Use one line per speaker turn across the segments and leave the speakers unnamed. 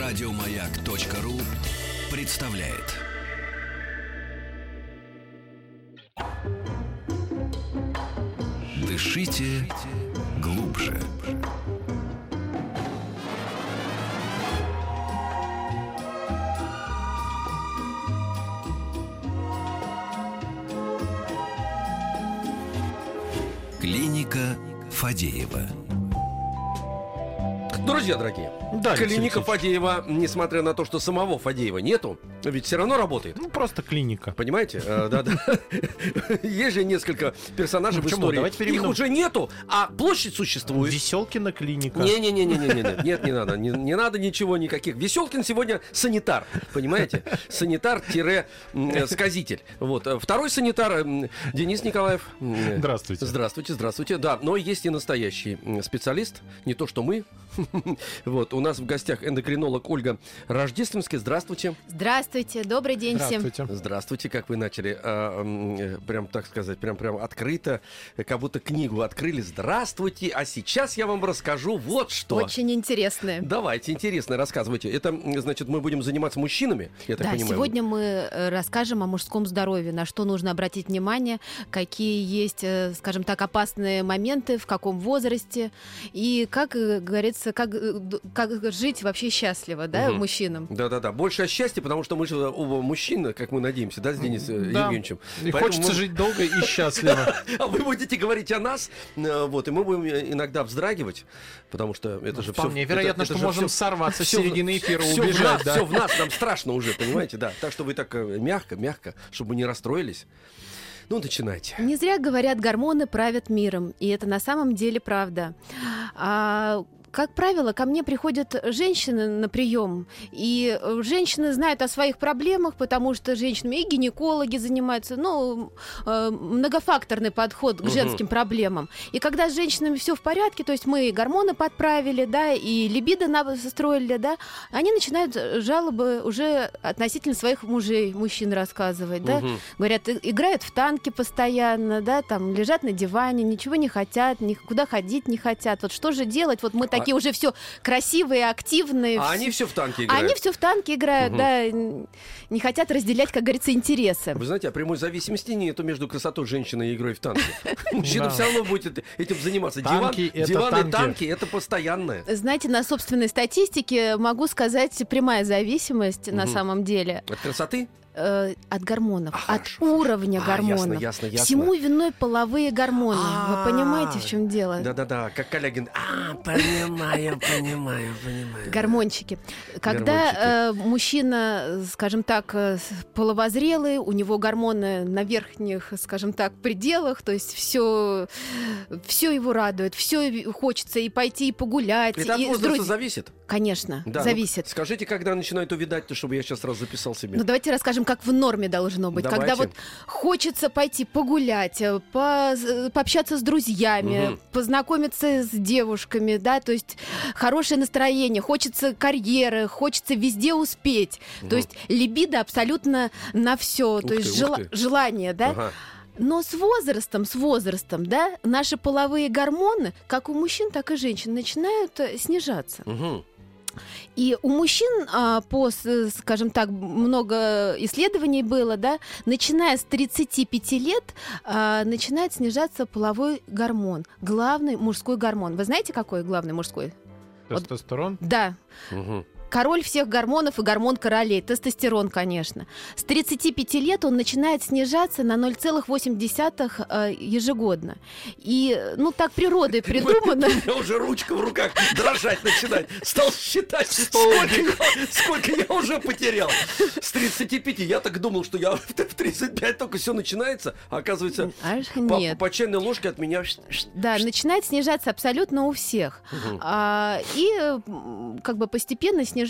Радиомаяк.ру представляет. Дышите глубже. Клиника Фадеева.
Друзья дорогие,
Да,
клиника Фадеева, несмотря на то, что самого Фадеева нету, ведь все равно работает.
Ну, просто клиника.
Понимаете? Да-да. Есть же несколько персонажей в истории. Их уже нету, а площадь существует.
Веселкина клиника.
Не-не-не, нет, не надо. Не надо ничего, никаких. Веселкин сегодня санитар, понимаете? Санитар-сказитель. Вот. Второй санитар Денис Николаев.
Здравствуйте.
Здравствуйте. Да, но есть и настоящий специалист, не то что мы. Вот, у нас в гостях эндокринолог Ольга Рождественская. Здравствуйте.
Здравствуйте, добрый день всем.
Здравствуйте, как вы начали, прям так сказать, прям открыто, как будто книгу открыли. Здравствуйте, а сейчас я вам расскажу вот что.
Очень интересное.
Давайте, интересно, рассказывайте. Это, значит, мы будем заниматься мужчинами, я так понимаю.
Сегодня мы расскажем о мужском здоровье, на что нужно обратить внимание, какие есть, скажем так, опасные моменты, в каком возрасте, и, как говорится, как жить вообще счастливо, да, мужчинам.
Да-да-да, больше о счастье, потому что мы же оба мужчины, как мы надеемся, да, с Денисом Евгеньевичем.
И хочется жить долго и счастливо.
А вы будете говорить о нас, вот, и мы будем иногда вздрагивать, потому что это же все...
Вполне вероятно, что можем сорваться с середины эфира, убежать.
Все в нас, нам страшно уже, понимаете, да. Так что вы так мягко, чтобы вы не расстроились. Ну, начинайте.
Не зря говорят, гормоны правят миром, и это на самом деле правда. Как правило, ко мне приходят женщины на прием, и женщины знают о своих проблемах, потому что женщинами и гинекологи занимаются, многофакторный подход к женским проблемам. И когда с женщинами все в порядке, то есть мы и гормоны подправили, да, и либидо настроили, да, они начинают жалобы уже относительно своих мужчин рассказывать, да. Говорят, играют в танки постоянно, да, там лежат на диване, ничего не хотят, никуда ходить не хотят. Вот что же делать? Вот мы такие уже все красивые, активные.
А они все в танки играют.
Они все в танки играют, да, не хотят разделять, как говорится, интересы.
Вы знаете, а прямой зависимости нету между красотой женщины и игрой в танки. Мужчина все равно будет этим заниматься. Диван и танки — это постоянное.
Знаете, на собственной статистике могу сказать, прямая зависимость на самом деле.
От красоты?
От гормонов, от уровня гормонов.
Ясно.
Всему виной половые гормоны. Вы понимаете, в чем дело?
Да, как Калягин. Понимаю.
Гормончики. Когда мужчина, скажем так, половозрелый, у него гормоны на верхних, скажем так, пределах, то есть все его радует, все хочется и пойти, и погулять.
Это от возраста зависит?
Конечно, зависит.
Скажите, когда начинает увядать, чтобы я сейчас сразу записал себе.
Ну, давайте расскажем, как в норме должно быть.
Давайте.
Когда вот хочется пойти погулять, пообщаться с друзьями, познакомиться с девушками, да, то есть хорошее настроение, хочется карьеры, хочется везде успеть. То есть либидо абсолютно на все, то есть желание, да. Но с возрастом, да, наши половые гормоны, как у мужчин, так и женщин, начинают снижаться. И у мужчин, скажем так, много исследований было, да, начиная с 35 лет начинает снижаться половой гормон, главный мужской гормон. Вы знаете, какой главный мужской?
Тестостерон?
Да. Король всех гормонов и гормон королей, тестостерон, конечно. С 35 лет он начинает снижаться на 0,8 ежегодно. И, так природой придумано.
У меня уже ручка в руках дрожать начинает. Стал считать, сколько я уже потерял. С 35. Я так думал, что я в 35 только все начинается, а оказывается, по чайной ложке от меня...
Да, начинает снижаться абсолютно у всех. И как бы постепенно снижается.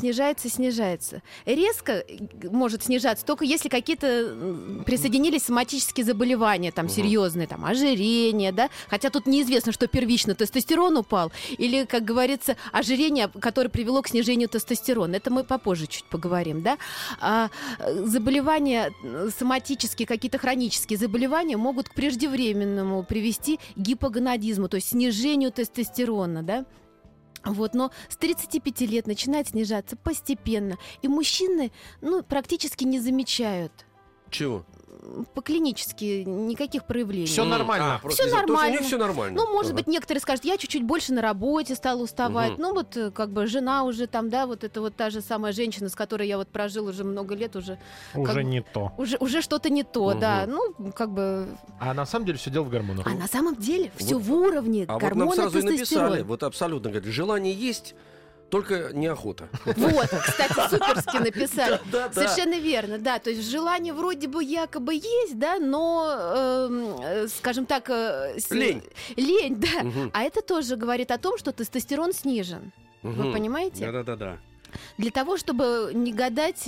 Резко может снижаться только если какие-то присоединились соматические заболевания, там, серьезные, там, ожирение, да, хотя тут неизвестно, что первично тестостерон упал, или, как говорится, ожирение, которое привело к снижению тестостерона. Это мы попозже чуть поговорим, да. Заболевания соматические, какие-то хронические заболевания могут к преждевременному привести к гипогонадизму, то есть снижению тестостерона, да. Вот, но с 35 лет начинает снижаться постепенно. И мужчины, практически не замечают.
Чего?
По-клинически никаких проявлений.
Все нормально.
Просто
Всё
то есть
нормально.
у них все нормально.
Ну, может быть, некоторые скажут, я чуть-чуть больше на работе стала уставать. Ну, вот, как бы, жена уже там, да, вот это вот та же самая женщина, с которой я вот прожил уже много лет, уже
Не то.
уже что-то не то, да. Ну, как бы...
А на самом деле все дело в гормонах.
А на самом деле все в уровне
А вот
гормона
нам сразу и
тестостерона.
написали, вот абсолютно, говорят, желание есть, только неохота.
Вот, кстати, суперски написали.
Да.
Совершенно верно, да. То есть желание вроде бы якобы есть, да, но, скажем так...
Лень.
Лень, да.
Мгм.
А это тоже говорит о том, что тестостерон снижен. Вы
Мгм.
понимаете?
Да.
Для того, чтобы не гадать,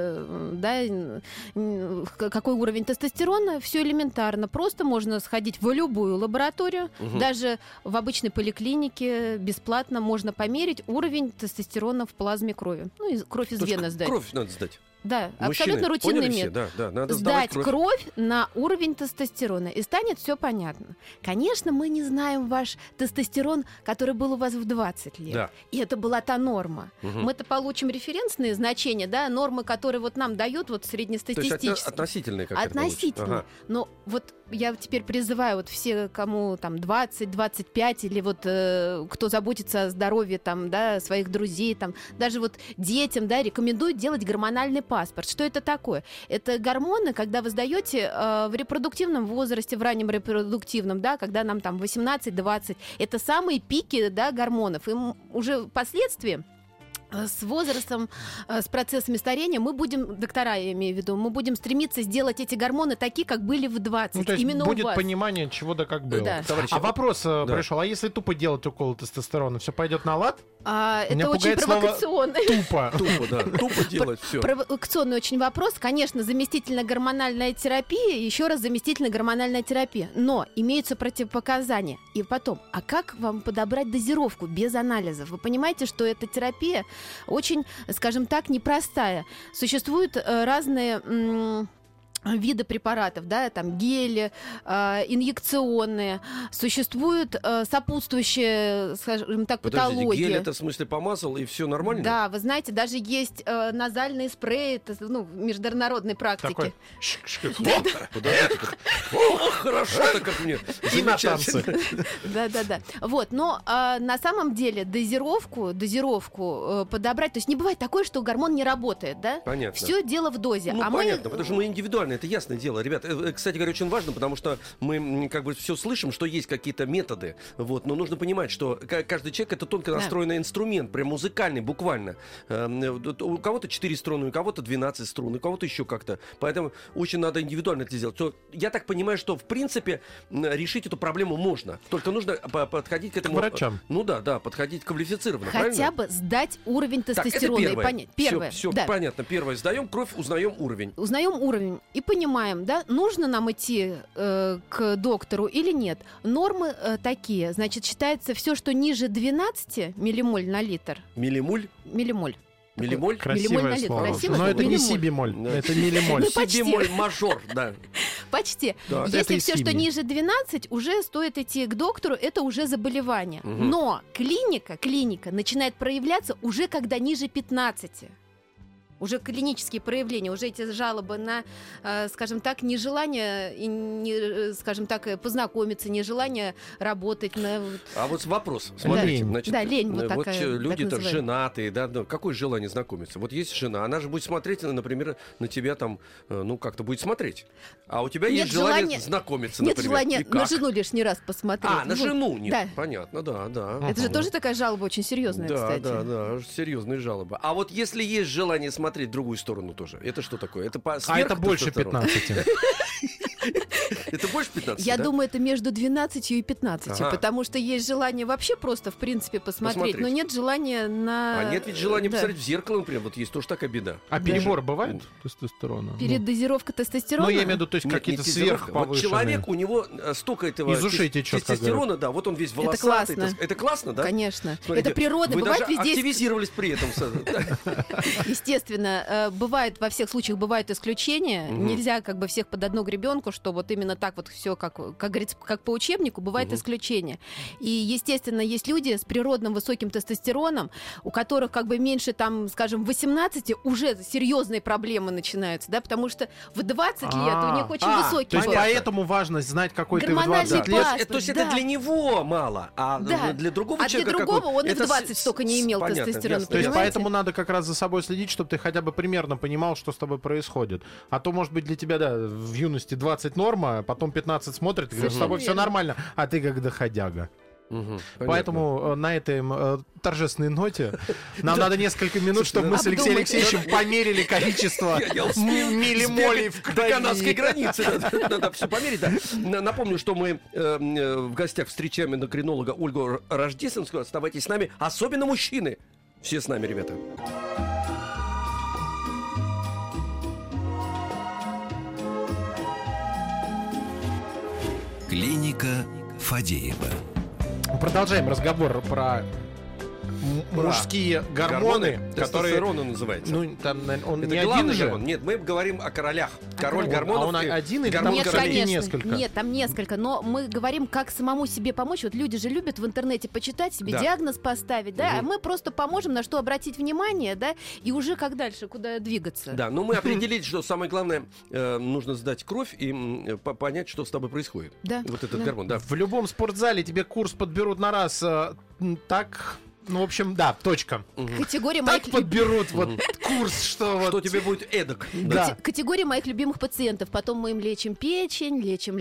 какой уровень тестостерона, все элементарно. Просто можно сходить в любую лабораторию, даже в обычной поликлинике бесплатно можно померить уровень тестостерона в плазме крови. Ну, и кровь из
То есть
вены сдать.
Кровь надо сдать.
Да,
Мужчины,
абсолютно рутинный
поняли все?
метод.
Да, надо
Сдать
сдавать
кровь на уровень тестостерона, и станет все понятно. Конечно, мы не знаем ваш тестостерон, который был у вас в 20 лет.
Да.
И это была та норма.
Мгм.
Мы-то получим референсные значения, да, нормы, которые вот нам дают вот
То есть
среднестатистические.
относительные как это
Относительно.
получится.
Но вот я теперь призываю вот все, кому там 20, 25, или вот кто заботится о здоровье там, да, своих друзей, там, даже вот детям, да, рекомендуют делать гормональный паспорт. Что это такое? Это гормоны, когда вы сдаете в репродуктивном возрасте, в раннем репродуктивном, да, когда нам там 18-20, это самые пики, да, гормонов. И уже впоследствии с возрастом, с процессами старения мы будем, доктора я имею в виду, мы будем стремиться сделать эти гормоны такие, как были в 20.
Ну, то есть
именно
будет
у вас.
понимание, чего да как было.
Да.
Товарищи,
А вопрос пришел, а если тупо делать укол тестостерона, все пойдет на лад?
Это
Меня
очень
пугает слово
провокационный.
Тупо.
Тупо, да. Тупо делать все.
Провокационный очень вопрос. Конечно, заместительная гормональная терапия, еще раз заместительная гормональная терапия. Но имеются противопоказания. И потом, а как вам подобрать дозировку без анализов? Вы понимаете, что эта терапия очень, скажем так, непростая. Существуют разные... виды препаратов, да, там гели, инъекционные, существуют сопутствующие, скажем так,
Подождите,
патологии.
гель это в смысле помазал и все нормально?
Да, вы знаете, даже есть назальные спреи, это, в международной практике.
Такой.
Подождите. Ох, хорошо-то как мне.
И на танцы.
Да. Вот, но на самом деле дозировку подобрать, то есть не бывает такое, что гормон не работает, да?
Понятно.
Все дело в дозе.
Ну,
а
понятно, потому что мы индивидуально, это ясное дело. Ребят, кстати говоря, очень важно, потому что мы как бы все слышим, что есть какие-то методы, вот, но нужно понимать, что каждый человек — это тонко настроенный инструмент, прям музыкальный, буквально. У кого-то 4 струны, у кого-то 12 струн, у кого-то еще как-то. Поэтому очень надо индивидуально это сделать. Я так понимаю, что, в принципе, решить эту проблему можно. Только нужно подходить к этому...
К врачам.
Ну да, подходить квалифицированно,
хотя
правильно?
бы сдать уровень
Так, это
тестостерона.
первое.
И понять. Первое.
Все
да.
понятно. Первое, сдаем кровь, узнаем уровень.
Узнаем уровень и понимаем, да, нужно нам идти к доктору или нет. Нормы такие. Значит, считается все, что ниже 12 миллимоль на литр.
Миллимоль?
Миллимоль.
Миллимоль?
Миллимоль
Красивое
на литр.
слово.
Красиво?
Но это не
Миллимоль.
си-бемоль,
Да.
это миллимоль.
Ну, почти.
Си-бемоль мажор, да.
Почти.
Да.
Это
Если
из
все, что
химии.
ниже 12, уже стоит идти к доктору, это уже заболевание.
Мгм.
Но клиника начинает проявляться уже когда ниже 15. Уже клинические проявления, уже эти жалобы на, скажем так, нежелание, скажем так, познакомиться, нежелание работать.
А вот вопрос. Смотрите,
Лень.
значит,
Да, лень вот такая, так
люди-то
называемая.
женатые, да, ну, какое желание знакомиться? Вот есть жена, она же будет смотреть, например, на тебя там, ну, как-то будет смотреть. А у тебя
Нет
есть желание
желания-
знакомиться,
Нет
например.
желания
И
на
как?
жену лишний раз посмотреть.
А, на
Вот.
жену нет.
Да.
Понятно, да.
Это же тоже такая жалоба очень серьезная,
Да,
кстати.
да, серьезные жалобы. А вот если есть желание смотреть в другую сторону тоже, это что такое? Это
А это больше
тестостерон?
15.
Это больше 15,
Я
да?
думаю, это между 12 и 15,
Ага.
потому что есть желание вообще просто, в принципе, посмотреть, но нет желания на...
А нет ведь желания
да.
посмотреть в зеркало, например, вот есть тоже такая беда.
А перебор бывает тестостерона?
Передозировка тестостерона?
Ну, я имею в виду, то есть
Нет,
какие-то
не дозировка. Вот
сверхповышенные.
человек, у него столько этого
Из ушей течет, как
тестостерона, да, вот он весь волосатый.
классно.
Это классно, да?
Конечно.
Смотрите,
это природа.
Вы
Бывает
даже
везде...
активизировались при этом.
Естественно, бывает, во всех случаях бывают исключения.
Мгм.
Нельзя как бы всех под одну гребенку, что вот именно так вот все, как говорится, как по учебнику, бывает исключение. И, естественно, есть люди с природным высоким тестостероном, у которых как бы меньше, там, скажем, 18 уже серьезные проблемы начинаются, да, потому что в 20 лет у них очень высокий
То есть
возраст.
поэтому важно знать, какой ты в
Гормональный
20 лет.
паспорт,
То есть это для него мало, а для другого человека...
для другого он и в
это
20 столько не имел
понятно,
тестостерона.
ясно.
То есть
Понимаете?
поэтому надо как раз за собой следить, чтобы ты хотя бы примерно понимал, что с тобой происходит. А то, может быть, для тебя, да, в юности 20 норма, а потом 15 смотрит и говорит, с тобой все
верно.
нормально, а ты как доходяга.
Понятно.
Поэтому на этой торжественной ноте нам надо несколько минут, чтобы мы с Алексеем
Обдумать.
Алексеевичем померили количество
Я успею
миллимолей в
сбегать до канадской
крови.
границы. Надо все померить. Да. Напомню, что мы в гостях встречаем эндокринолога Ольгу Рождественскую. Оставайтесь с нами, особенно мужчины. Все с нами, ребята.
Клиника Фадеева.
Продолжаем разговор про мужские гормоны, которые...
Тестостерон он называется.
Ну, там, он
Это
не один
главный
же.
гормон. Нет, мы говорим о королях. Король
королях.
гормонов.
А он один или
гормон
там
Нет,
королей
королей.
конечно.
несколько?
Нет, там несколько. Но мы говорим, как самому себе помочь. Вот люди же любят в интернете почитать, себе
Да.
диагноз поставить, да, а мы просто поможем, на что обратить внимание, да, и уже как дальше, куда двигаться.
Да, но мы определили, что самое главное, нужно сдать кровь и понять, что с тобой происходит.
Да,
Вот этот
да.
гормон, да.
В любом спортзале тебе курс подберут на раз. Так, ну, в общем, да, точка.
Категория
Так
моих
подберут вот курс, что
Что
вот...
тебе будет эдак.
Да.
Категория моих любимых пациентов. Потом мы им лечим печень, лечим,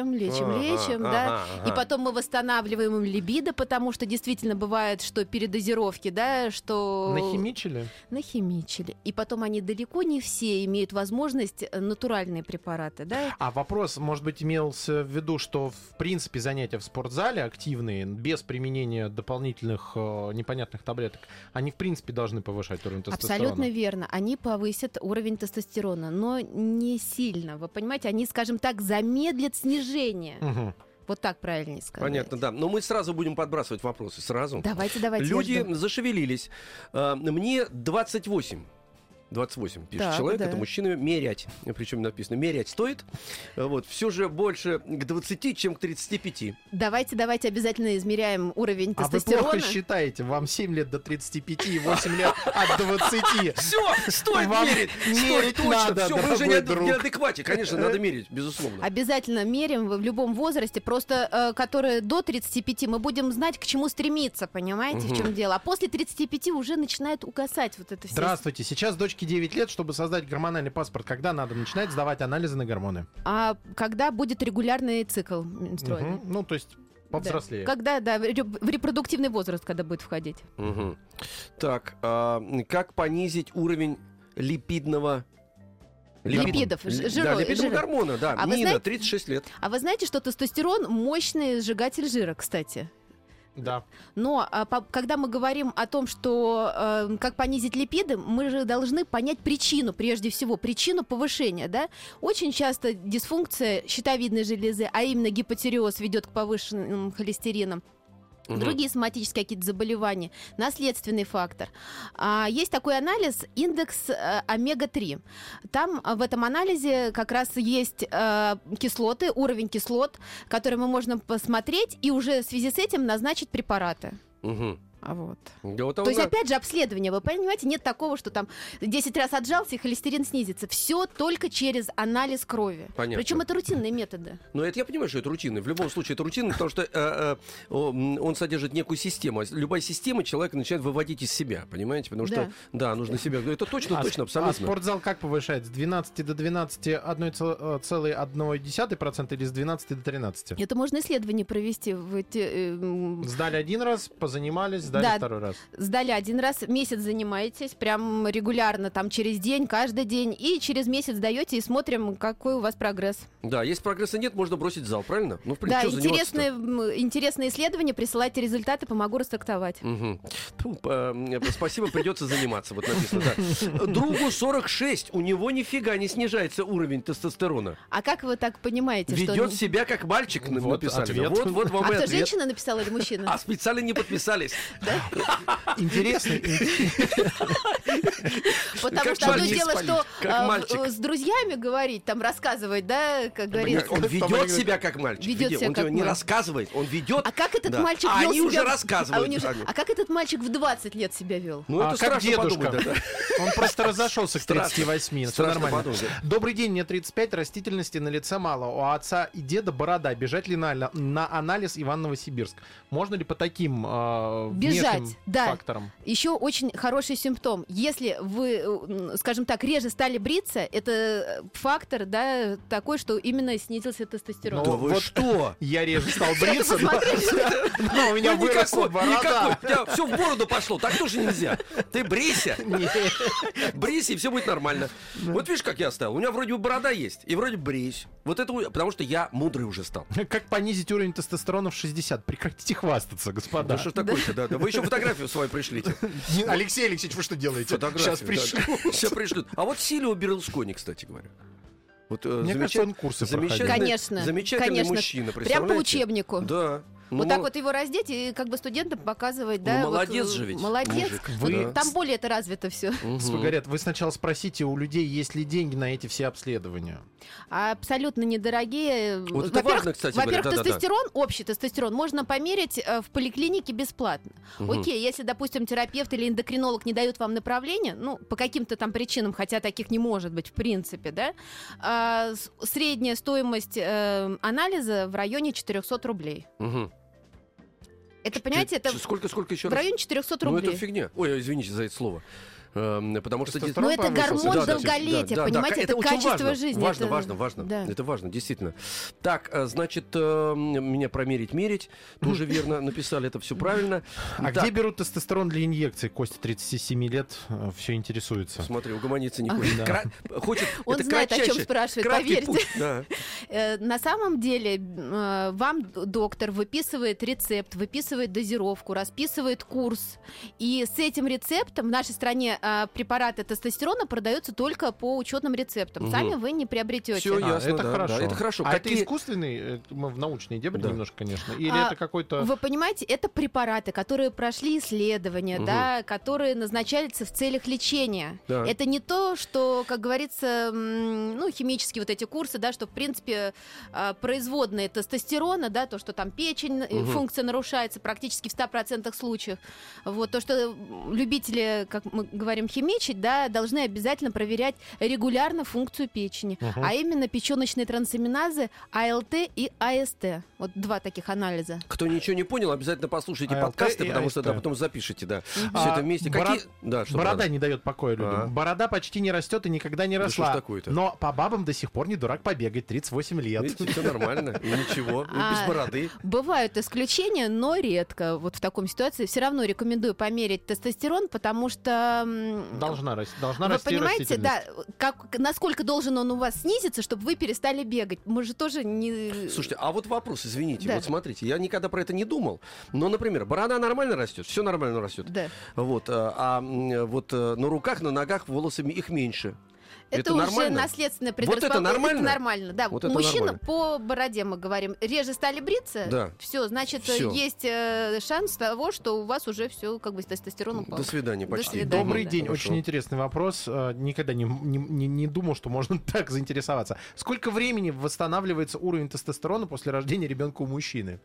да. И потом мы восстанавливаем им либидо, потому что действительно бывает, что передозировки, да, что...
Нахимичили?
Нахимичили. И потом они далеко не все имеют возможность натуральные препараты, да.
А вопрос, может быть, имелся в виду, что, в принципе, занятия в спортзале активные, без применения дополнительных непонятных таблеток, они, в принципе, должны повышать уровень тестостерона?
Абсолютно верно. Они повысят уровень тестостерона, но не сильно. Вы понимаете, они, скажем так, замедлят снижение.
Мгм.
Вот так правильнее сказать.
Понятно, да. Но мы сразу будем подбрасывать вопросы. Сразу.
Давайте. я
Люди
жду.
зашевелились. Мне 28. 28, пишет
Так,
человек,
да.
это мужчина, мерять. Причем написано, мерять стоит. Вот, все же больше к 20, чем к 35.
Давайте обязательно измеряем уровень
А вы
тестостерона.
плохо считаете, вам 7 лет до 35 и 8 лет от 20.
Все, стоит
Вам
мерить.
мерить
Стоит точно.
надо,
Все, вы уже
дорогой друг.
неадеквате. Конечно, надо мерить, безусловно.
Обязательно мерим в любом возрасте, просто которые до 35, мы будем знать, к чему стремиться, понимаете, в чем дело. А после 35 уже начинает угасать вот это все.
Здравствуйте, сейчас дочке 9 лет, чтобы создать гормональный паспорт, когда надо начинать сдавать анализы на гормоны?
А когда будет регулярный цикл менструальный?
Мгм. Ну, то есть повзрослее.
Да. Когда, да, в репродуктивный возраст, когда будет входить.
Мгм. Так, как понизить уровень липидного...
Липидов,
Да,
жира.
липидного гормона, да.
А вы
Нина,
знаете-
36 лет.
А вы знаете, что тестостерон мощный сжигатель жира, кстати.
Да.
Но когда мы говорим о том, что как понизить липиды, мы же должны понять причину, прежде всего, причину повышения, да? Очень часто дисфункция щитовидной железы, а именно гипотиреоз ведет к повышенным холестеринам. Другие соматические какие-то заболевания, наследственный фактор. Есть такой анализ, индекс омега-3. Там в этом анализе как раз есть кислоты, уровень кислот, которые мы можем посмотреть и уже в связи с этим назначить препараты.
Мгм.
Вот.
Да, вот
То
она-
есть, опять же, обследование, вы понимаете, нет такого, что там 10 раз отжался и холестерин снизится. Все только через анализ крови.
Понятно.
Причем это рутинные методы.
Ну, это я понимаю, что это рутинный. В любом случае, это рутинный, потому что он содержит некую систему. Любая система человека начинает выводить из себя, понимаете? Потому что, да, нужно себя... Это точно,
А
абсолютно.
спортзал как повышает? С 12 до 12 1,1% или с 12 до 13?
Это можно исследование провести.
Сдали один раз, позанимались, сдали
Да.
второй раз.
Сдали один раз, месяц занимаетесь, прям регулярно, там через день, каждый день, и через месяц даете и смотрим, какой у вас прогресс.
Да, если прогресса нет, можно бросить зал, правильно? Ну, в
Да,
принципе, что заниматься-то?
интересное исследование, присылайте результаты, помогу растрактовать.
Мгм. Спасибо, придется заниматься. Вот написано, да. Другу 46, у него нифига не снижается уровень тестостерона.
А как вы так понимаете, что...
Ведет себя как мальчик,
Вот
написали.
ответ.
Вот вам
А
и
кто,
ответ.
женщина написала или мужчина?
А специально не подписались.
Интересно.
Потому что одно дело, что с друзьями говорить, там рассказывать, да, как говорится.
Он ведет себя как мальчик. Он не рассказывает, он ведет.
А как этот мальчик вел себя?
Они уже рассказывают.
А как этот мальчик в 20 лет себя вел?
Ну, это как дедушка. Он просто разошелся к 38. Все нормально. Добрый день, мне 35, растительности на лице мало. У отца и деда борода. Бежать ли на анализ Иван-Новосибирск? Можно ли по таким внешним факторам?
Еще очень хороший симптом. Если вы, скажем так, реже стали бриться, это фактор, да, такой, что именно снизился тестостерон.
Да вы что?
Я реже стал бриться, но у меня выросла борода.
У тебя все в бороду пошло, так тоже нельзя. Ты брейся. Брейся, и все будет нормально. Вот видишь, как я стал. У меня вроде бы борода есть, и вроде брейсь. Вот это, потому что я мудрый уже стал.
Как понизить уровень тестостерона в 60? Прекратите хвастаться, господа.
Да что ж такое-то, да. Вы еще фотографию свою пришлите.
Алексей Алексеевич, вы что делаете?
Сейчас пришлют. А вот Сильвио Берлускони, кстати говоря. Вот,
мне кажется, он курсы проходил.
Конечно.
Замечательный мужчина, представляете?
Прям по учебнику.
Да.
Вот так вот его раздеть и как бы студентам показывать, да?
Молодец же ведь.
Молодец.
Вы...
Там более это развито все.
Говорят, вы сначала спросите у людей, есть ли деньги на эти все обследования.
Абсолютно недорогие.
Вот это важно, кстати.
Во-первых, тестостерон, общий тестостерон, можно померить в поликлинике бесплатно. Окей, если, допустим, терапевт или эндокринолог не дают вам направление, ну, по каким-то там причинам, хотя таких не может быть в принципе, да, средняя стоимость анализа в районе 400 рублей. Это, понимаете, это
сколько еще
в районе 400 рублей.
Ну, это фигня. Ой, извините за это слово. Потому что...
Ну, это гормон долголетия, понимаете, это качество жизни.
Важно. Это важно, действительно. Так, значит, меня мерить, тоже верно написали, это все правильно.
А где берут тестостерон для инъекций? Костя, 37 лет, все интересуется.
Смотри, угомониться не хочет.
Он знает, о чем спрашивает, поверьте. На самом деле, вам доктор выписывает рецепт, выписывает дозировку, расписывает курс. И с этим рецептом в нашей стране препараты тестостерона продаются только по учетным рецептам. Сами вы не приобретете.
Все ясно,
это хорошо.
Да, это хорошо.
А это искусственный? Мы в научные дебри немножко, конечно. Или это какой-то...
Вы понимаете, это препараты, которые прошли исследования, да, которые назначаются в целях лечения. Да. Это не то, что, как говорится, ну, химические вот эти курсы, да, что, в принципе, производные тестостерона, да, то, что там печень, функция нарушается практически в 100% случаев. Вот, то, что любители, как мы говорим, химичить, да, должны обязательно проверять регулярно функцию печени, а именно печеночные трансаминазы АЛТ и АСТ. Вот два таких анализа.
Кто ничего не понял, обязательно послушайте подкасты, потому что потом запишите, да. Все это вместе.
Борода не дает покоя людям. Борода почти не растет и никогда не росла. Но по бабам до сих пор не дурак побегать, 38 лет.
Видите, все нормально, и ничего, без бороды.
Бывают исключения, но редко. Вот в такой ситуации все равно рекомендую померить тестостерон, потому что
должна расти.
Вы понимаете, да, насколько должен он у вас снизиться, чтобы вы перестали бегать? Мы же тоже не...
Слушайте, а вот вопрос, извините, вот смотрите, я никогда про это не думал, но, например, борода нормально растет, все нормально растет.
Да.
Вот, а вот на руках, на ногах волосы их меньше.
Это уже
нормально?
наследственная предрасположенность.
Вот это нормально?
Это нормально, да.
Вот
мужчина по бороде, мы говорим, реже стали бриться,
да.
Все, значит, есть шанс того, что у вас уже все, как бы, тестостерон упал.
До свидания, почти.
Добрый день, очень интересный вопрос. Никогда не думал, что можно так заинтересоваться. Сколько времени восстанавливается уровень тестостерона после рождения ребенка у мужчины?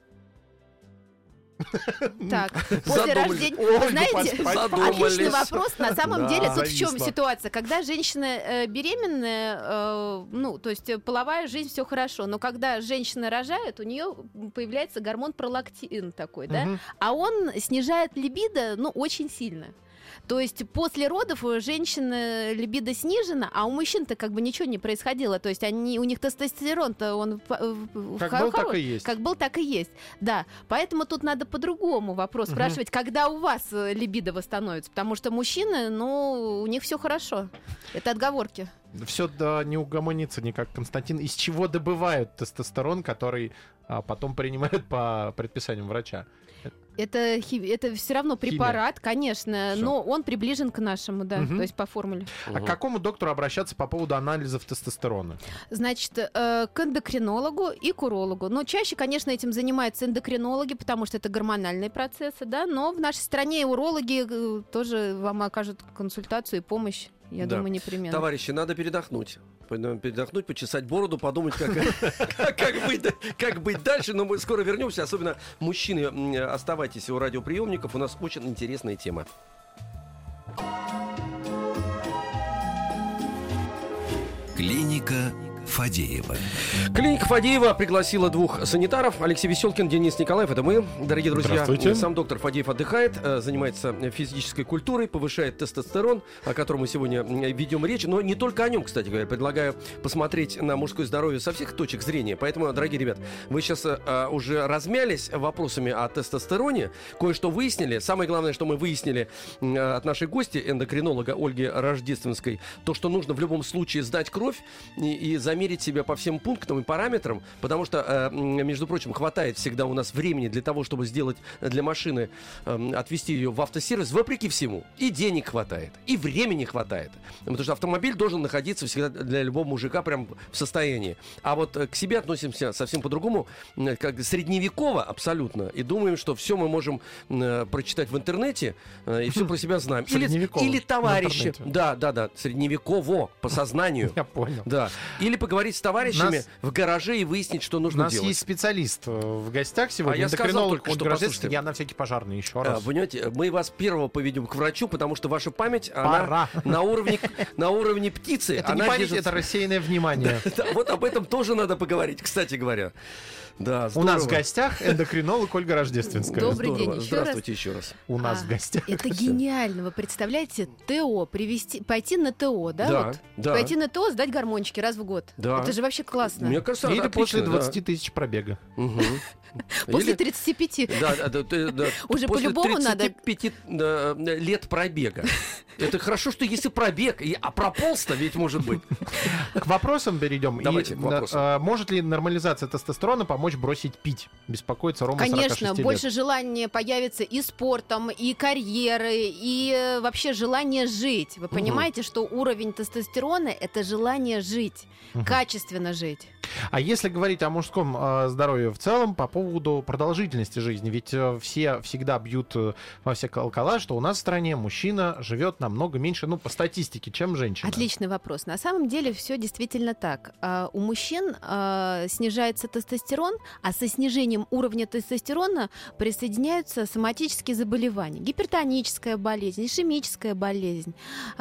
Так, после рождения... Вы знаете, отличный вопрос. На самом деле, тут в чем ситуация? Когда женщина беременная, ну, то есть половая жизнь, все хорошо, но когда женщина рожает, у нее появляется гормон пролактин такой, да, а он снижает либидо, ну, очень сильно. То есть после родов у женщины либидо снижено, а у мужчин-то как бы ничего не происходило. То есть у них тестостерон-то он
как был, так и есть.
Как был, так и есть. Да. Поэтому тут надо по-другому вопрос спрашивать, когда у вас либидо восстановится. Потому что мужчины, ну, у них все хорошо. Это отговорки.
Все не угомонится никак, Константин. Из чего добывают тестостерон, который потом принимают по предписанию врача?
Это все равно препарат, конечно,
Всё.
но он приближен к нашему, да,
Мгм.
то есть по формуле.
А к какому доктору обращаться по поводу анализов тестостерона?
Значит, к эндокринологу и к урологу. Но чаще, конечно, этим занимаются эндокринологи, потому что это гормональные процессы, да, но в нашей стране и урологи тоже вам окажут консультацию и помощь, я
Да.
думаю, непременно.
Товарищи, надо передохнуть. Передохнуть, почесать бороду, подумать, как быть дальше. Но мы скоро вернемся. Особенно мужчины, оставайтесь у радиоприемников. У нас очень интересная тема.
Клиника Фадеева.
Клиника Фадеева пригласила двух санитаров. Алексей Веселкин, Денис Николаев. Это мы, дорогие друзья.
Здравствуйте.
Сам доктор Фадеев отдыхает, занимается физической культурой, повышает тестостерон, о котором мы сегодня ведем речь. Но не только о нем, кстати говоря. Предлагаю посмотреть на мужское здоровье со всех точек зрения. Поэтому, дорогие ребят, вы сейчас уже размялись вопросами о тестостероне. Кое-что выяснили. Самое главное, что мы выяснили от нашей гости, эндокринолога Ольги Рождественской, то, что нужно в любом случае сдать кровь и замерить себя по всем пунктам и параметрам, потому что, между прочим, хватает всегда у нас времени для того, чтобы сделать для машины, отвезти ее в автосервис, вопреки всему. И денег хватает, и времени хватает. Потому что автомобиль должен находиться всегда для любого мужика прям в состоянии. А вот к себе относимся совсем по-другому, как средневеково абсолютно, и думаем, что все мы можем прочитать в интернете, и все про себя знаем.
Средневеково
Или товарищи.
в интернете.
Да, средневеково, по сознанию.
Я понял.
Да. Или поговорить с товарищами в гараже и выяснить, что
У
нужно
нас
делать.
есть специалист в гостях сегодня.
А я сказал
эндокринолог
только что,
Ольга Рождественская.
послушайте.
Я на всякий пожарный еще раз.
Понимаете, мы вас первого поведем к врачу, потому что ваша память,
Пора.
она на уровне птицы.
Это не
она
память,
держится-
это рассеянное внимание.
Да, вот об этом тоже надо поговорить, кстати говоря. Да,
У
здорово.
нас в гостях эндокринолог Ольга Рождественская.
Добрый
Здорово.
день, еще
Здравствуйте еще раз.
У нас в гостях.
Это гениально. Вы представляете, ТО, пойти на ТО, да?
Да,
вот?
да.
Пойти на ТО, сдать гормончики раз в год.
Да.
Это же вообще классно.
Мне кажется,
Или
отлично,
после
да.
20 тысяч пробега.
Мгм.
После
Или-
35.
Да.
Уже
После
по-любому надо-
35 лет пробега. Это хорошо, что если пробег, а прополз-то ведь может быть.
К вопросам перейдем.
Давайте к вопросам.
Может ли нормализация тестостерона помочь бросить пить? Беспокоится Рома, 46
Конечно,
лет.
больше желания появится и спортом, и карьерой, и вообще желание жить. Вы понимаете, что уровень тестостерона — это желание жить, качественно жить.
А если говорить о мужском здоровье в целом, по поводу продолжительности жизни, ведь все всегда бьют во все колокола, что у нас в стране мужчина живет намного меньше, ну, по статистике, чем женщина.
Отличный вопрос. На самом деле все действительно так. У мужчин снижается тестостерон, а со снижением уровня тестостерона присоединяются соматические заболевания. Гипертоническая болезнь, ишемическая болезнь,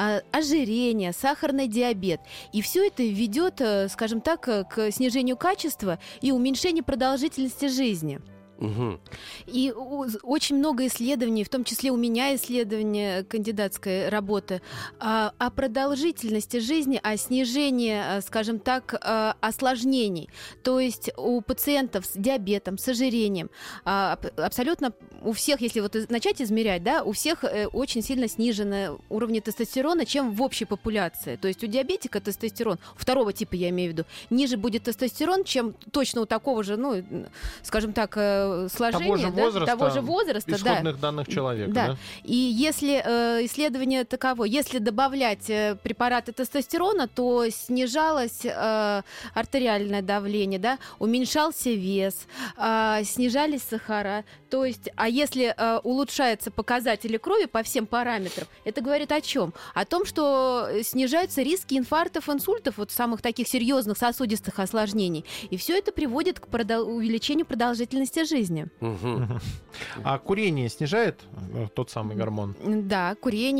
ожирение, сахарный диабет. И все это ведет, скажем так, к снижению качества и уменьшению продолжительности жизни.
Мгм.
И очень много исследований, в том числе у меня исследование кандидатской работы, о продолжительности жизни, о снижении, скажем так, осложнений. То есть у пациентов с диабетом, с ожирением, абсолютно у всех, если вот начать измерять, да, у всех очень сильно снижены уровни тестостерона, чем в общей популяции. То есть у диабетика тестостерон, второго типа я имею в виду, ниже будет тестостерон, чем точно у такого же, ну, скажем так, сложения, того же возраста,
исходных данных человека.
да.
Да?
И если исследование таково, если добавлять препараты тестостерона, то снижалось артериальное давление, да, уменьшался вес, снижались сахара. То есть, а если улучшаются показатели крови по всем параметрам, это говорит о чем? О том, что снижаются риски инфарктов, инсультов, вот самых таких серьезных сосудистых осложнений. И все это приводит к увеличению продолжительности жизни.
Мгм.
А курение снижает тот самый гормон?
Да,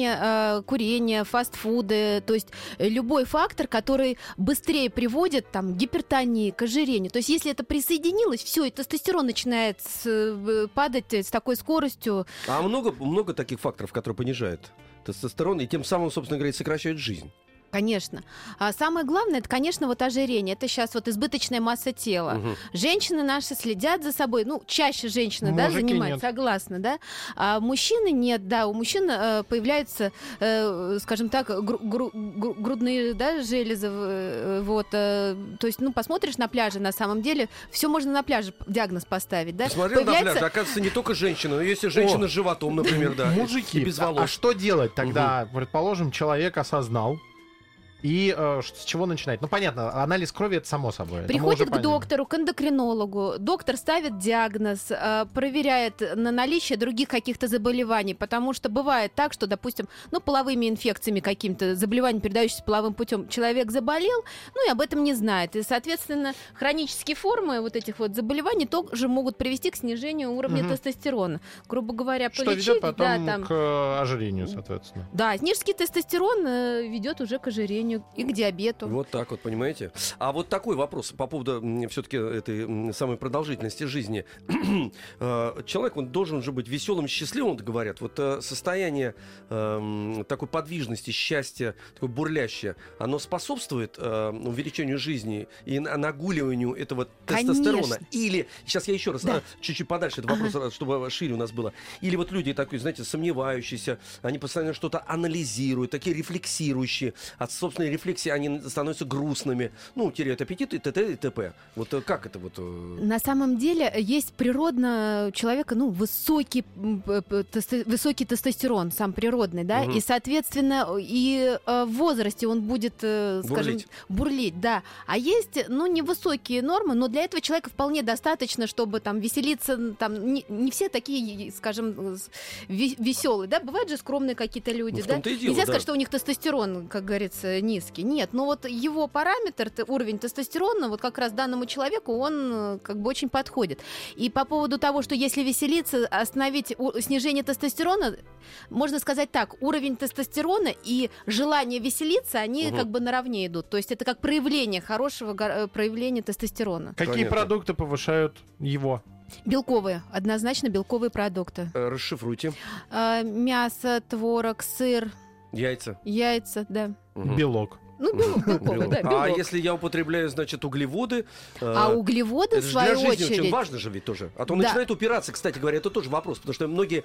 курение, фастфуды, то есть любой фактор, который быстрее приводит там, к гипертонии, к ожирению. То есть если это присоединилось, все, и тестостерон начинает падать с такой скоростью.
А много таких факторов, которые понижают тестостерон и тем самым, собственно говоря, и сокращают жизнь.
Конечно. А самое главное, это, конечно, вот ожирение. Это сейчас вот избыточная масса тела. Женщины наши следят за собой. Ну, чаще женщины, да, занимаются, согласна, да. А мужчины нет, да. У мужчин появляются, скажем так, грудные, да, железы. Вот. То есть, ну, посмотришь на пляже, на самом деле, все можно на пляже диагноз поставить, да.
Посмотрел на пляже, оказывается, не только женщина, но если женщина с животом, например, да.
Мужики,
без волос.
А что делать тогда? Предположим, человек осознал. И с чего начинать? Ну, понятно, анализ крови — это само собой.
Приходит к доктору, к эндокринологу. Доктор ставит диагноз, проверяет на наличие других каких-то заболеваний. Потому что бывает так, что, допустим, ну, половыми инфекциями какими-то, заболеваниями, передающимися половым путем, человек заболел, ну, и об этом не знает. И, соответственно, хронические формы вот этих вот заболеваний тоже могут привести к снижению уровня тестостерона. Грубо говоря,
что
полечить...
ведет потом
да, там...
к ожирению, соответственно.
Да, низкий тестостерон ведет уже к ожирению и к диабету.
Вот так вот, понимаете? А вот такой вопрос по поводу все-таки этой самой продолжительности жизни. Человек, он должен же быть веселым, счастливым, говорят. Вот состояние такой подвижности, счастья, такое бурлящее, оно способствует увеличению жизни и нагуливанию этого тестостерона?
Конечно.
Или, сейчас я еще раз, чуть-чуть подальше этот вопрос, чтобы шире у нас было. Или вот люди такие, знаете, сомневающиеся, они постоянно что-то анализируют, такие рефлексирующие, от собственной рефлексии они становятся грустными, ну, теряют аппетит и т.т. и т.п. Вот как это вот?
На самом деле есть природно у человека, ну, высокий тестостерон, сам природный, да, и, соответственно, и в возрасте он будет, скажем, бурлить, да. А есть, ну, невысокие нормы, но для этого человека вполне достаточно, чтобы там веселиться, там, не все такие, скажем, веселые, да, бывают же скромные какие-то люди, да. Нельзя сказать, что у них тестостерон, как говорится, низкий. Нет, но вот его параметр, уровень тестостерона, вот как раз данному человеку, он как бы очень подходит. И по поводу того, что если веселиться, остановить снижение тестостерона, можно сказать так, уровень тестостерона и желание веселиться, они как бы наравне идут. То есть это как проявление хорошего проявления тестостерона.
Какие продукты повышают его?
Белковые, однозначно белковые продукты.
Расшифруйте.
Мясо, творог, сыр.
Яйца,
да.
Белок.
Ну, белковый, да, белок.
А если я употребляю, значит, углеводы...
А углеводы, в свою очередь... Это для жизни очень
важно же ведь тоже. А то начинает упираться, кстати говоря, это тоже вопрос. Потому что многие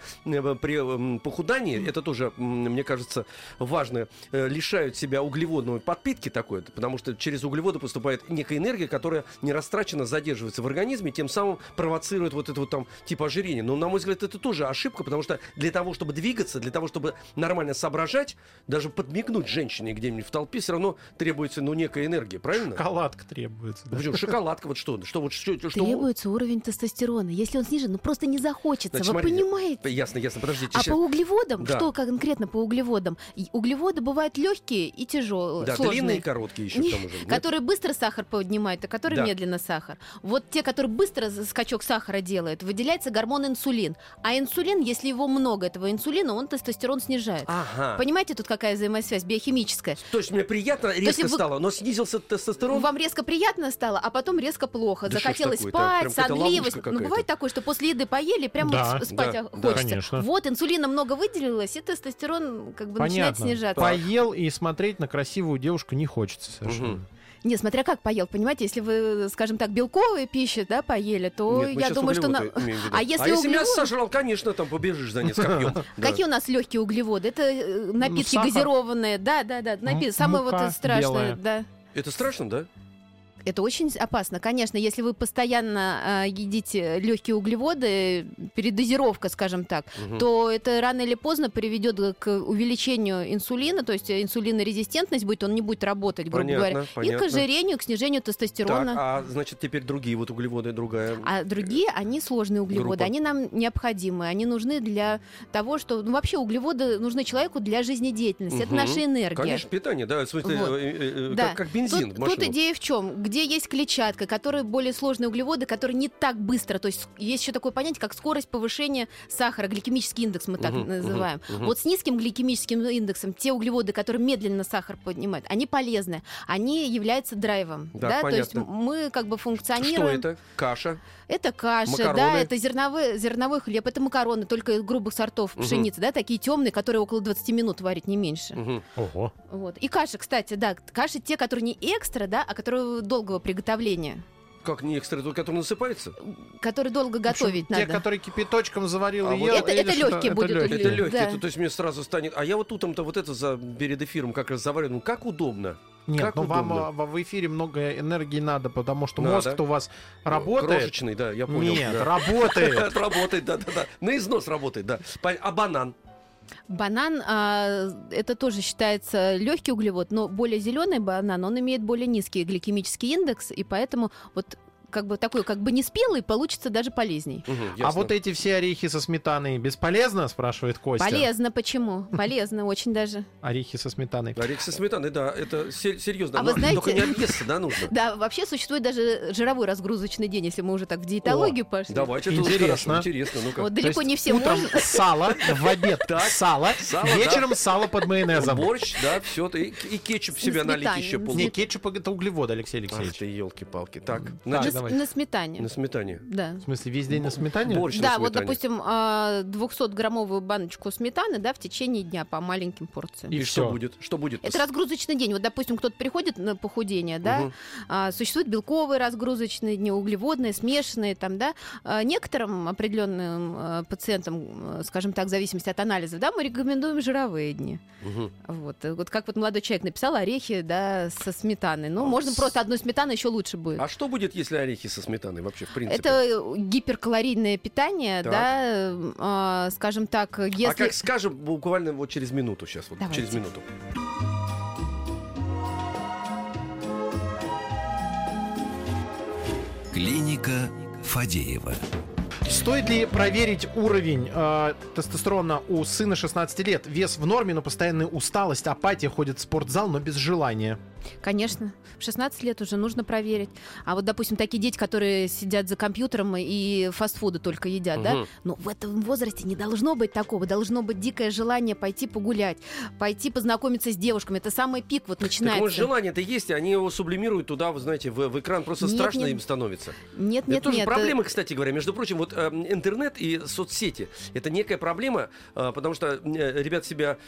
при похудании, это тоже, мне кажется, важно, лишают себя углеводной подпитки такой. Потому что через углеводы поступает некая энергия, которая не растрачена, задерживается в организме, тем самым провоцирует вот это вот там типа ожирения. Но, на мой взгляд, это тоже ошибка, потому что для того, чтобы двигаться, для того, чтобы нормально соображать, даже подмигнуть женщине где-нибудь в толпе, все равно требуется, ну, некая энергия, правильно?
Шоколадка требуется. Да.
Почему? Шоколадка, вот что?
Требуется уровень тестостерона. Если он снижен, ну просто не захочется, значит, вы понимаете?
Ясно, подождите.
А по углеводам, что конкретно по углеводам? Углеводы бывают легкие и тяжелые, сложные.
Длинные и короткие еще к тому же.
Которые быстро сахар поднимают, а которые медленно сахар. Вот те, которые быстро скачок сахара делают, выделяется гормон инсулин. А инсулин, если его много, этого инсулина, он тестостерон снижает. Понимаете, тут какая взаимосвязь биохимическая?
То есть мне приятно резко стало, но снизился тестостерон?
Вам резко приятно стало, а потом резко плохо. Да, захотелось спать, сонливость. Ну, бывает такое, что после еды поели, прямо спать хочется.
Конечно.
Вот, инсулина много выделилось, и тестостерон как бы начинает снижаться.
Поел, и смотреть на красивую девушку не хочется совершенно.
Не, смотря как поел, понимаете, если вы, скажем так, белковые пищи, да, поели, то я думаю, что...
А если мясо сожрал, конечно, там побежишь за несколько копьем.
Какие у нас легкие углеводы? Это напитки газированные, да, напитки. Самое вот страшное, да.
Это страшно, да?
Это очень опасно. Конечно, если вы постоянно едите легкие углеводы, передозировка, скажем так, то это рано или поздно приведет к увеличению инсулина, то есть инсулинорезистентность будет, он не будет работать, грубо говоря, и к ожирению, к снижению тестостерона.
Так, а значит, теперь другие вот углеводы, другая...
А другие, они сложные углеводы, они нам необходимы, они нужны для того, что... Ну, вообще углеводы нужны человеку для жизнедеятельности, это наша энергия.
Конечно, питание, да, в смысле, как бензин в машину.
Тут идея в чем? Где где есть клетчатка, которые более сложные углеводы, которые не так быстро. То есть есть еще такое понятие, как скорость повышения сахара, гликемический индекс мы так называем. Вот с низким гликемическим индексом те углеводы, которые медленно сахар поднимают, они полезны. Они являются драйвом.
Да,
то есть
понятно.
мы как бы функционируем.
Что это? Каша?
Это каша,
Макароны?
да, это зерновой хлеб, это макароны, только из грубых сортов пшеницы, да, такие темные, которые около 20 минут варить, не меньше.
Ого.
Вот. И каши, кстати, да, каши те, которые не экстра, да, а которые долгого приготовления,
Как не экстра, который насыпается?
которые долго готовить
Те,
надо.
которые кипяточком заварил и
вот
ел.
это
или что?
легкий будет
легкий.
Это легкий,
Да.
то есть мне сразу станет... А я вот утром-то вот это перед эфиром как раз заварил. Ну, как удобно.
Нет,
Как
но вам
удобно.
в эфире много энергии надо, потому что
Надо.
мозг-то у вас работает.
Крошечный, да, я понял.
Нет,
да.
работает.
Работает, да. На износ работает, да. А банан?
Банан, это тоже считается легкий углевод, но более зеленый банан, он имеет более низкий гликемический индекс, и поэтому вот как бы такой, как бы не спелый, получится даже полезней.
А вот эти все орехи со сметаной бесполезно, спрашивает Костя.
Полезно, почему? Полезно очень даже.
Орехи со сметаной.
Орехи со сметаной, да, это серьезно.
А вы знаете-
Только не объесться, да, нужно?
Да, вообще существует даже жировой разгрузочный день, если мы уже так в диетологию пошли.
Давайте, это
Интересно.
хорошо, интересно. Ну-ка.
Вот
То
далеко
есть
не все
утром
можно.
сало, в обед сало,
Сало,
вечером сало под майонезом.
Борщ, да, все, и кетчуп себе
На
налить
сметане,
еще
на
пол.
Не, кетчуп это углевод, Алексей
Ах
Алексеевич.
ты, елки-палки. Так,
Так,
значит,
давай.
На сметане.
на сметане.
Да.
В смысле, весь день на сметане?
Борщ на
Да, вот,
сметане.
допустим, 200-граммовую баночку сметаны, да, в течение дня по маленьким порциям.
И что
всё.
будет? Что будет?
Это разгрузочный день. Вот, допустим, кто-то приходит на похудение, да, существуют белковые разгрузочные дни, углеводные, смешанные, там, да. Некоторым определенным пациентам, скажем так, в зависимости от анализов, да, мы рекомендуем жировые дни.
Мгм.
Вот как вот молодой человек написал, орехи, да, со сметаной. Ну, можно просто одной сметаны, еще лучше будет.
А что будет, если орехи со сметаной вообще, в принципе?
Это гиперкалорийное питание,
Так.
да, скажем так, если...
А как скажем, буквально вот через минуту сейчас, вот
Давайте.
через минуту.
Клиника Фадеева.
Стоит ли проверить уровень тестостерона у сына 16 лет? Вес в норме, но постоянная усталость, апатия, ходит в спортзал, но без желания.
Конечно, в 16 лет уже нужно проверить. А вот, допустим, такие дети, которые сидят за компьютером и фастфуды только едят, да, но в этом возрасте не должно быть такого. Должно быть дикое желание пойти погулять, пойти познакомиться с девушками. Это самый пик вот
Так
начинается.
может желание-то есть, и они его сублимируют туда, вы знаете, в экран, просто
Нет,
страшно
нет.
им становится.
Нет,
Это
нет,
тоже
нет.
проблема, кстати говоря. Между прочим, вот интернет и соцсети — это некая проблема, потому что ребят себя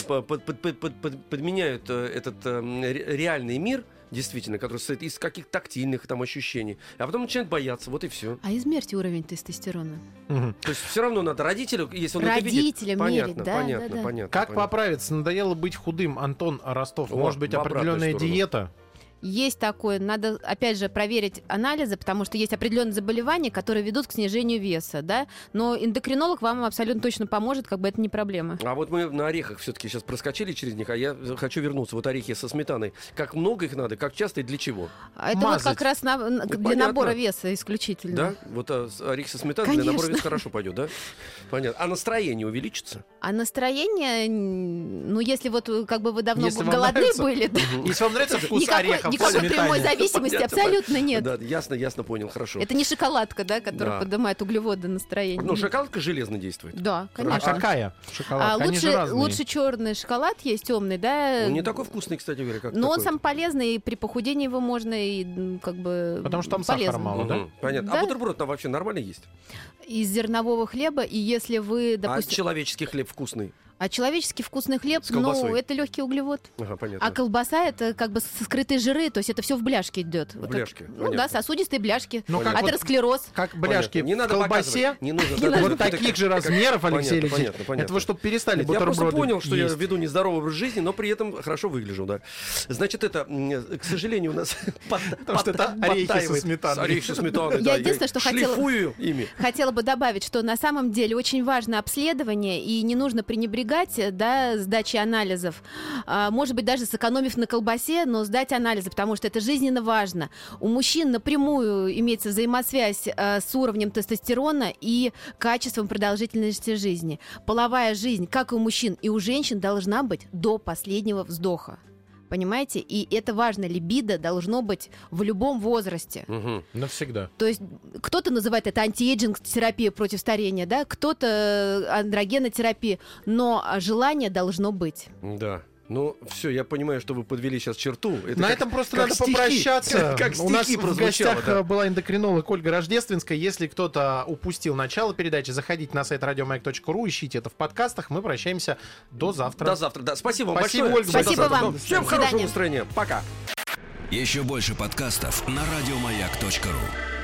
подменяют этот реальный мир, действительно, который состоит из каких-то тактильных там ощущений, а потом начинают бояться, вот и все.
А измерьте уровень тестостерона.
То есть все равно надо родителю, если он это видит.
Родителям мерить, да,
Понятно,
да.
понятно.
Как
понятно.
поправиться? Надоело быть худым, Антон Ростов.
О,
Может быть,
в обратную
определенная
сторону.
диета?
Есть такое, надо, опять же, проверить анализы, потому что есть определенные заболевания, которые ведут к снижению веса, да, но эндокринолог вам абсолютно точно поможет, как бы это не проблема.
А вот мы на орехах все-таки сейчас проскочили через них, а я хочу вернуться. Вот орехи со сметаной. Как много их надо, как часто и для чего?
А это
Мазать.
вот как раз для
понятно.
набора веса исключительно.
Да? Вот орехи со сметаной для набора
Конечно.
веса хорошо пойдет, да? Понятно. А настроение увеличится?
А настроение, ну, если вот как бы вы давно
Если вам
голодны
нравится.
были, да,
Если вам нравится вкус орехов в
никакой прямой
сметане.
зависимости
Понятно,
абсолютно нет.
Да, ясно, понял, хорошо.
Это не шоколадка, да, которая
Да.
поднимает углеводы настроение.
Ну, шоколадка железно действует.
Да,
А
конечно.
какая шоколадка? Они же
лучше,
разные.
лучше черный шоколад есть темный, да.
Он не такой вкусный, кстати говоря, как
Но он
такой.
сам полезный, и при похудении его можно, и как бы
Потому что там
полезно.
сахара мало, да?
Мгм, понятно.
Да.
А бутерброд там вообще нормально есть?
Из зернового хлеба, и если вы,
А
допустим...
человеческий хлеб вкусный?
А человеческий вкусный хлеб,
С колбасой.
ну, это легкий углевод.
Ага, понятно.
А колбаса это как бы скрытые жиры, то есть это все в бляшке идет.
В бляшке,
Ну
понятно.
да, сосудистые бляшки.
Ну, как вот-
Атеросклероз.
Как бляшки
Понятно. Не
в
надо
колбасе.
показывать. Не нужно.
Не
да,
надо.
Вот
да, да,
таких
как-
же размеров,
понятно,
Алексей Алексеевич.
понятно.
Это вы чтобы перестали
Нет, я просто
бутерброды
понял, что я
есть.
веду нездоровый образ жизни, но при этом хорошо выгляжу, да. Значит, это, к сожалению, у нас
Потому что это орехи со
подтаивает.
сметаной.
Орехи со сметаной,
Я
да.
единственное, что хотела-
шлифую ими.
Хотела бы добавить, что на самом деле очень важно обследование, и не нужно пренебрегать, да, сдачей анализов. Может быть, даже сэкономив на колбасе, но сдать анализы, потому что это жизненно важно. У мужчин напрямую имеется взаимосвязь с уровнем тестостерона и качеством продолжительности жизни. Половая жизнь, как и у мужчин и у женщин, должна быть до последнего вздоха. Понимаете? И это важно. Либидо должно быть в любом возрасте.
Навсегда.
То есть кто-то называет это антиэйджинг-терапия против старения, да? Кто-то андрогенотерапия. Но желание должно быть.
Да. Ну, все, я понимаю, что вы подвели сейчас черту. Это
на
как,
этом просто
как
надо
стихи,
попрощаться.
Как
У нас
стихи
в гостях
да.
была эндокринолог Ольга Рождественская. Если кто-то упустил начало передачи, заходите на сайт radiomayak.ru, ищите это в подкастах. Мы прощаемся до завтра.
До завтра, да. Спасибо вам
Спасибо,
большое.
Ольга.
Спасибо вам.
Всем
До
хорошего
свидания.
настроения. Пока.
Еще больше подкастов на радиомаяк.ру.